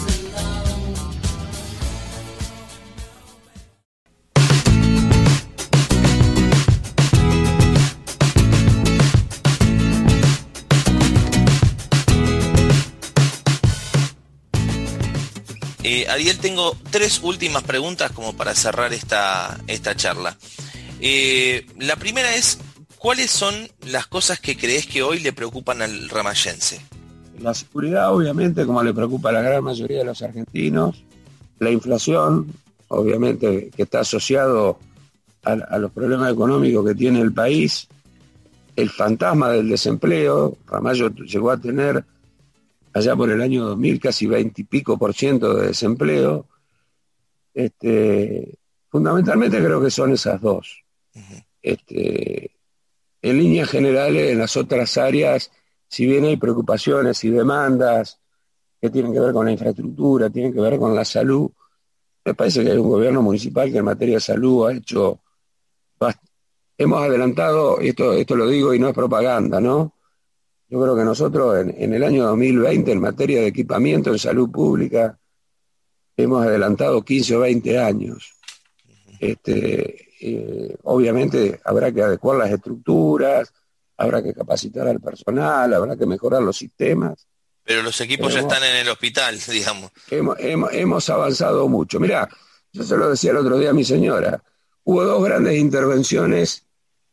Eh, Ariel, tengo tres últimas preguntas como para cerrar esta, esta charla. Eh, la primera es, ¿cuáles son las cosas que crees que hoy le preocupan al ramayense? La seguridad, obviamente, como le preocupa a la gran mayoría de los argentinos. La inflación, obviamente, que está asociado a, a los problemas económicos que tiene el país. El fantasma del desempleo. Ramallo llegó a tener, allá por el año dos mil, casi veinte y pico por ciento de desempleo. Este, fundamentalmente creo que son esas dos. Uh-huh. Este... En líneas generales, en las otras áreas, si bien hay preocupaciones y demandas que tienen que ver con la infraestructura, tienen que ver con la salud, me parece que hay un gobierno municipal que en materia de salud ha hecho... Hemos adelantado, esto, esto lo digo y no es propaganda, ¿no? Yo creo que nosotros en, en el año dos mil veinte, en materia de equipamiento en salud pública, hemos adelantado quince o veinte años. Este... Eh, obviamente habrá que adecuar las estructuras, habrá que capacitar al personal, habrá que mejorar los sistemas. Pero los equipos Pero ya hemos, están en el hospital, digamos. Hemos, hemos, hemos avanzado mucho. Mirá, yo se lo decía el otro día a mi señora, hubo dos grandes intervenciones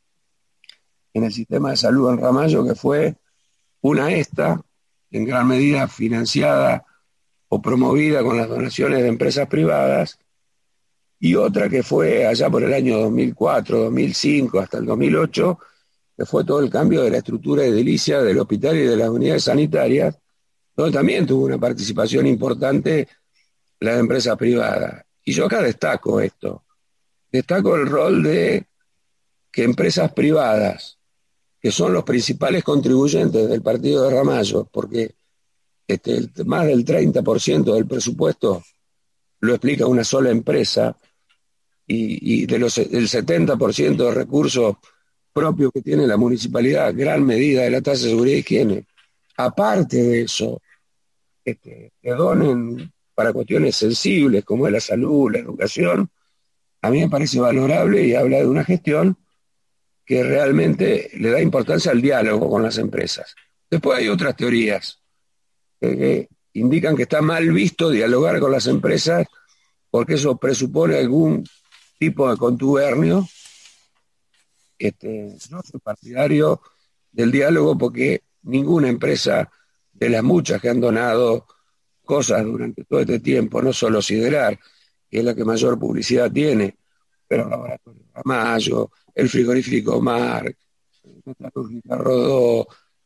en el sistema de salud en Ramallo, que fue una esta, en gran medida financiada o promovida con las donaciones de empresas privadas, y otra que fue allá por el año dos mil cuatro, dos mil cinco, hasta el dos mil ocho, que fue todo el cambio de la estructura edilicia del hospital y de las unidades sanitarias, donde también tuvo una participación importante las empresas privadas. Y yo acá destaco esto, destaco el rol de que empresas privadas, que son los principales contribuyentes del partido de Ramallo, porque este, el, más del treinta por ciento del presupuesto lo explica una sola empresa, y, y de los, del setenta por ciento de recursos propios que tiene la municipalidad, gran medida de la tasa de seguridad y higiene. Aparte de eso, este, que donen para cuestiones sensibles como es la salud, la educación, a mí me parece valorable y habla de una gestión que realmente le da importancia al diálogo con las empresas. Después hay otras teorías que, que indican que está mal visto dialogar con las empresas porque eso presupone algún tipo de contubernio. Este, yo soy partidario del diálogo porque ninguna empresa de las muchas que han donado cosas durante todo este tiempo, no solo Siderar, que es la que mayor publicidad tiene, pero el Laboratorio Ramallo, el Frigorífico Marc, la Metalúrgica Rodó,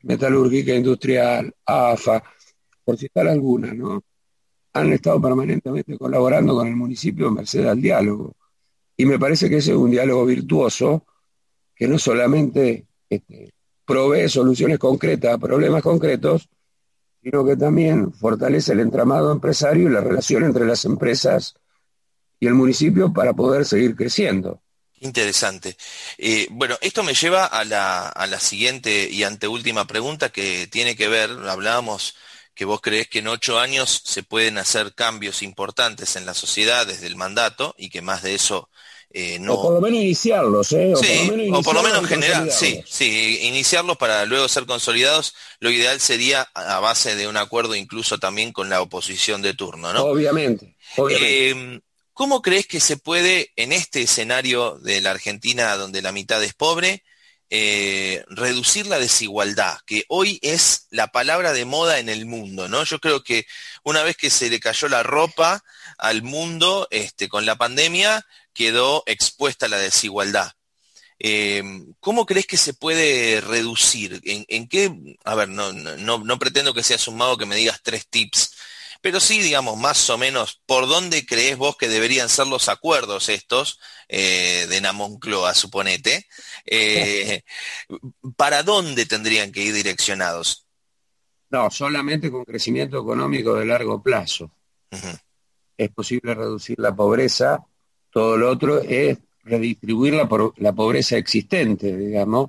Metalúrgica Industrial, A F A, por citar algunas, ¿no? Han estado permanentemente colaborando con el municipio en merced al diálogo. Y me parece que ese es un diálogo virtuoso que no solamente este, provee soluciones concretas a problemas concretos, sino que también fortalece el entramado empresario y la relación entre las empresas y el municipio para poder seguir creciendo. Interesante. Eh, bueno, esto me lleva a la, a la siguiente y anteúltima pregunta que tiene que ver, hablábamos que vos creés que en ocho años se pueden hacer cambios importantes en la sociedad desde el mandato y que más de eso eh, no... O por lo menos iniciarlos, ¿eh? O sí, por lo menos, o por lo menos generar, generar, sí, sí, iniciarlos para luego ser consolidados. Lo ideal sería a base de un acuerdo incluso también con la oposición de turno, ¿no? Obviamente, obviamente. Eh, ¿Cómo crees que se puede, en este escenario de la Argentina donde la mitad es pobre, eh, reducir la desigualdad, que hoy es la palabra de moda en el mundo, ¿no? Yo creo que una vez que se le cayó la ropa al mundo este, con la pandemia, quedó expuesta la desigualdad. Eh, ¿Cómo crees que se puede reducir? ¿En, en qué? A ver, no, no, no pretendo que seas un mago que me digas tres tips, pero sí, digamos, más o menos, ¿por dónde creés vos que deberían ser los acuerdos estos eh, de la Moncloa, suponete? Eh, ¿Para dónde tendrían que ir direccionados? No, solamente con crecimiento económico de largo plazo. Uh-huh. Es posible reducir la pobreza, todo lo otro es redistribuir la, la pobreza existente, digamos.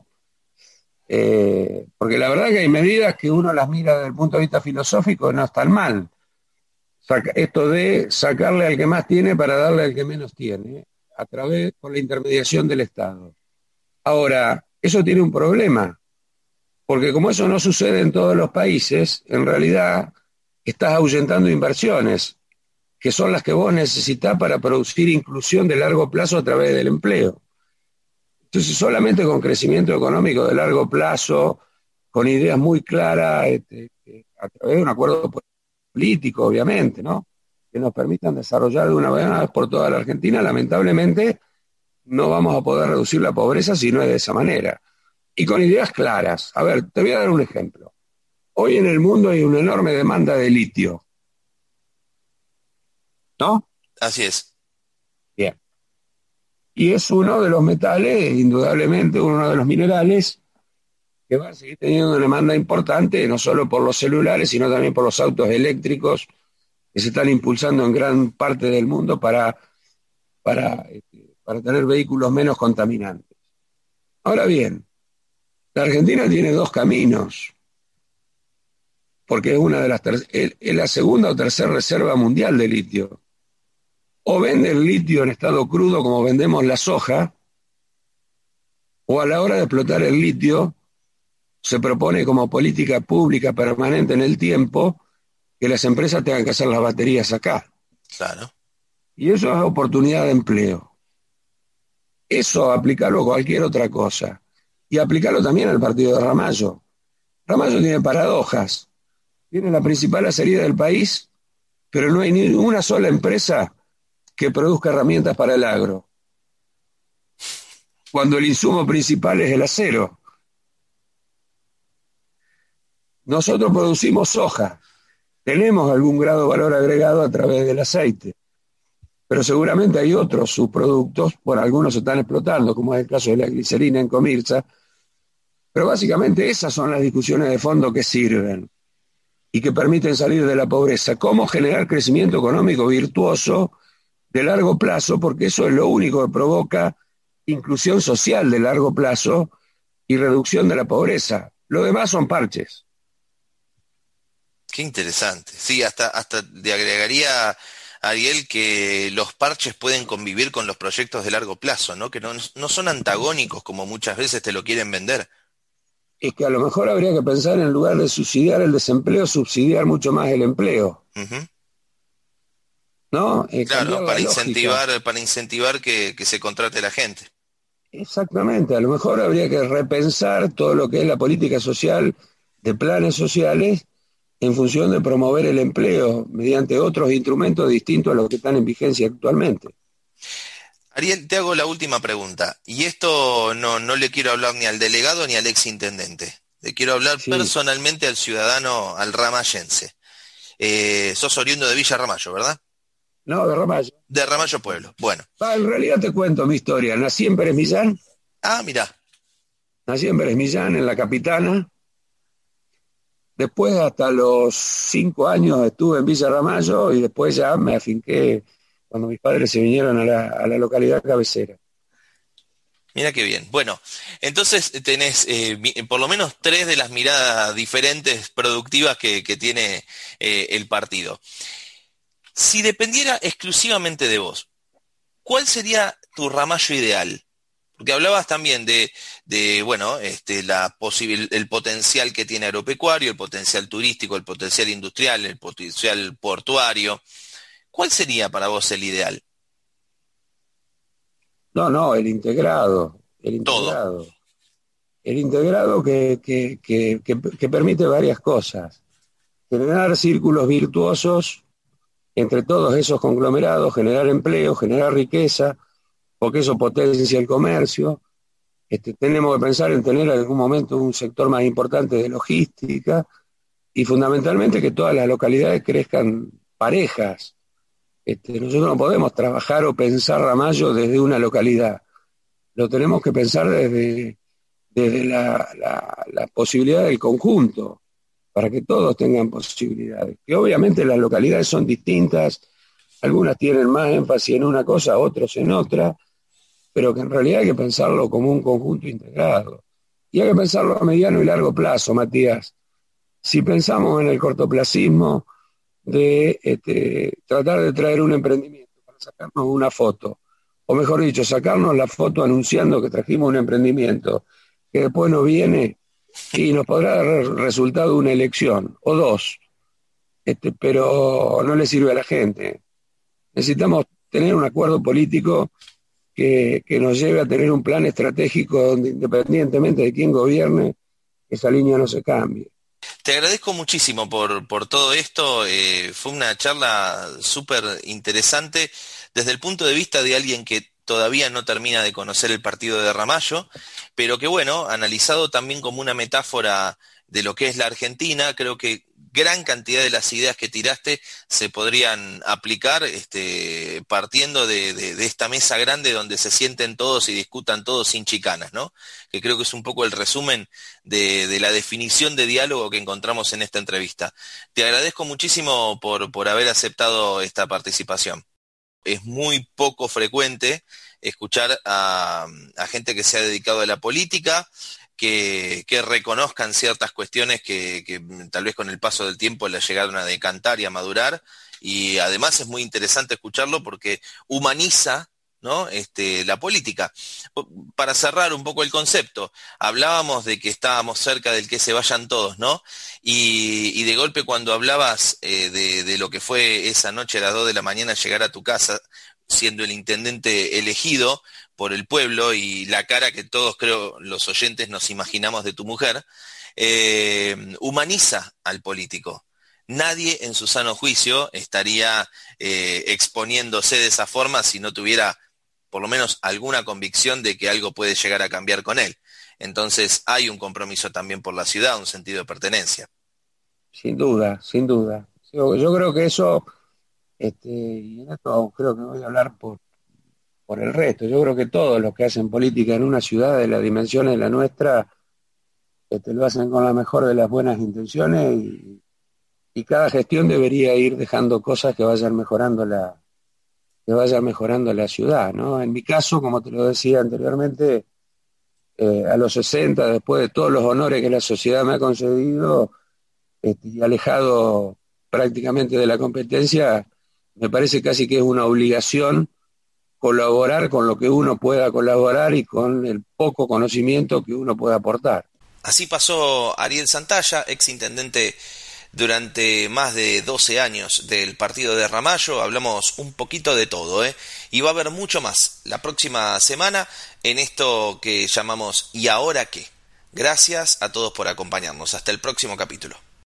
Eh, porque la verdad que hay medidas que uno las mira desde el punto de vista filosófico y no están mal. Esto de sacarle al que más tiene para darle al que menos tiene, a través, por la intermediación del Estado. Ahora, eso tiene un problema, porque como eso no sucede en todos los países, en realidad estás ahuyentando inversiones, que son las que vos necesitás para producir inclusión de largo plazo a través del empleo. Entonces, solamente con crecimiento económico de largo plazo, con ideas muy claras, este, a través de un acuerdo político, obviamente, ¿no? Que nos permitan desarrollar de una vez por toda la Argentina, lamentablemente no vamos a poder reducir la pobreza si no es de esa manera. Y con ideas claras. A ver, te voy a dar un ejemplo. Hoy en el mundo hay una enorme demanda de litio. ¿No? Así es. Bien. Y es uno de los metales, indudablemente uno de los minerales que va a seguir teniendo una demanda importante, no solo por los celulares, sino también por los autos eléctricos que se están impulsando en gran parte del mundo para, para, para tener vehículos menos contaminantes. Ahora bien, la Argentina tiene dos caminos, porque es una de las ter- es la segunda o tercera reserva mundial de litio. O vende el litio en estado crudo como vendemos la soja, o a la hora de explotar el litio se propone como política pública permanente en el tiempo que las empresas tengan que hacer las baterías acá. Claro. Y eso es oportunidad de empleo. Eso aplicarlo a cualquier otra cosa. Y aplicarlo también al partido de Ramallo. Ramallo tiene paradojas. Tiene la principal acería del país, pero no hay ni una sola empresa que produzca herramientas para el agro, cuando el insumo principal es el acero. Nosotros producimos soja, tenemos algún grado de valor agregado a través del aceite, pero seguramente hay otros subproductos, por algunos se están explotando, como es el caso de la glicerina en Comirsa, pero básicamente esas son las discusiones de fondo que sirven y que permiten salir de la pobreza. ¿Cómo generar crecimiento económico virtuoso de largo plazo? Porque eso es lo único que provoca inclusión social de largo plazo y reducción de la pobreza. Lo demás son parches. Qué interesante. Sí, hasta, hasta le agregaría, Ariel, que los parches pueden convivir con los proyectos de largo plazo, ¿no? Que no, no son antagónicos como muchas veces te lo quieren vender. Es que a lo mejor habría que pensar, en lugar de subsidiar el desempleo, subsidiar mucho más el empleo. Uh-huh. ¿No? Eh, claro, para incentivar, para incentivar que, que se contrate la gente. Exactamente, a lo mejor habría que repensar todo lo que es la política social de planes sociales en función de promover el empleo mediante otros instrumentos distintos a los que están en vigencia actualmente. Ariel, te hago la última pregunta, y esto no, no le quiero hablar ni al delegado ni al exintendente. Le quiero hablar Sí. personalmente al ciudadano, al ramayense. Eh, sos oriundo de Villa Ramallo, ¿verdad? No, de Ramallo. De Ramallo Pueblo. Bueno. Ah, en realidad te cuento mi historia. Nací en Pérez Millán, Ah, mirá. nací en Pérez Millán, en La Capitana. Después, hasta los cinco años, estuve en Villa Ramallo y después ya me afinqué cuando mis padres se vinieron a la, a la localidad cabecera. Mira qué bien. Bueno, entonces tenés eh, mi- por lo menos tres de las miradas diferentes productivas que, que tiene eh, el partido. Si dependiera exclusivamente de vos, ¿cuál sería tu Ramallo ideal? Porque hablabas también de, de bueno, este, la posibil- el potencial que tiene agropecuario, el potencial turístico, el potencial industrial, el potencial portuario. ¿Cuál sería para vos el ideal? No, no, el integrado, el Todo. integrado. El integrado que, que, que, que, que permite varias cosas. Generar círculos virtuosos entre todos esos conglomerados, generar empleo, generar riqueza, porque eso potencia el comercio. Este, tenemos que pensar en tener en algún momento un sector más importante de logística y fundamentalmente que todas las localidades crezcan parejas. Este, nosotros no podemos trabajar o pensar Ramallo desde una localidad, lo tenemos que pensar desde, desde la, la, la posibilidad del conjunto, para que todos tengan posibilidades. Que obviamente las localidades son distintas, algunas tienen más énfasis en una cosa, otros en otra, pero que en realidad hay que pensarlo como un conjunto integrado. Y hay que pensarlo a mediano y largo plazo, Matías. Si pensamos en el cortoplacismo de este, tratar de traer un emprendimiento para sacarnos una foto, o mejor dicho, sacarnos la foto anunciando que trajimos un emprendimiento, que después no viene y nos podrá dar resultado una elección, o dos, este, pero no le sirve a la gente. Necesitamos tener un acuerdo político que, que nos lleve a tener un plan estratégico donde, independientemente de quién gobierne, esa línea no se cambie. Te agradezco muchísimo por, por todo esto. Eh, fue una charla súper interesante desde el punto de vista de alguien que todavía no termina de conocer el partido de Ramallo, pero que bueno, analizado también como una metáfora de lo que es la Argentina, creo que gran cantidad de las ideas que tiraste se podrían aplicar este, partiendo de, de, de esta mesa grande donde se sienten todos y discutan todos sin chicanas, ¿no? Que creo que es un poco el resumen de, de la definición de diálogo que encontramos en esta entrevista. Te agradezco muchísimo por, por haber aceptado esta participación. Es muy poco frecuente escuchar a, a gente que se ha dedicado a la política, Que, que reconozcan ciertas cuestiones que, que tal vez con el paso del tiempo le llegaron a decantar y a madurar, y además es muy interesante escucharlo porque humaniza, ¿no? este, la política. Para cerrar un poco el concepto, hablábamos de que estábamos cerca del que se vayan todos, ¿no? Y, y de golpe cuando hablabas eh, de, de lo que fue esa noche a las dos de la mañana llegar a tu casa, siendo el intendente elegido por el pueblo y la cara que todos, creo, los oyentes nos imaginamos de tu mujer, eh, humaniza al político. Nadie en su sano juicio estaría eh, exponiéndose de esa forma si no tuviera por lo menos alguna convicción de que algo puede llegar a cambiar con él. Entonces hay un compromiso también por la ciudad, un sentido de pertenencia. Sin duda, sin duda. Yo, yo creo que eso, este, y en esto creo que voy a hablar por por el resto. Yo creo que todos los que hacen política en una ciudad de las dimensiones de la nuestra este, lo hacen con la mejor de las buenas intenciones y, y cada gestión debería ir dejando cosas que vayan mejorando la que vayan mejorando la ciudad, ¿no? En mi caso, como te lo decía anteriormente, eh, a los sesenta, después de todos los honores que la sociedad me ha concedido este, y alejado prácticamente de la competencia, me parece casi que es una obligación colaborar con lo que uno pueda colaborar y con el poco conocimiento que uno pueda aportar. Así pasó Ariel Santalla, ex intendente durante más de doce años del partido de Ramallo. Hablamos un poquito de todo, ¿eh? Y va a haber mucho más la próxima semana en esto que llamamos ¿Y ahora qué? Gracias a todos por acompañarnos. Hasta el próximo capítulo.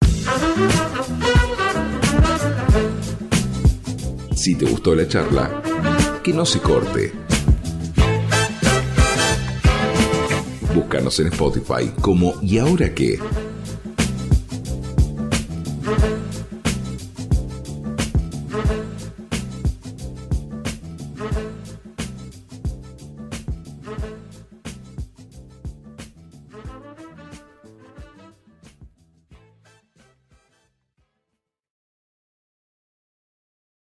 Si te gustó la charla, que no se corte. Búscanos en Spotify como ¿Y ahora qué?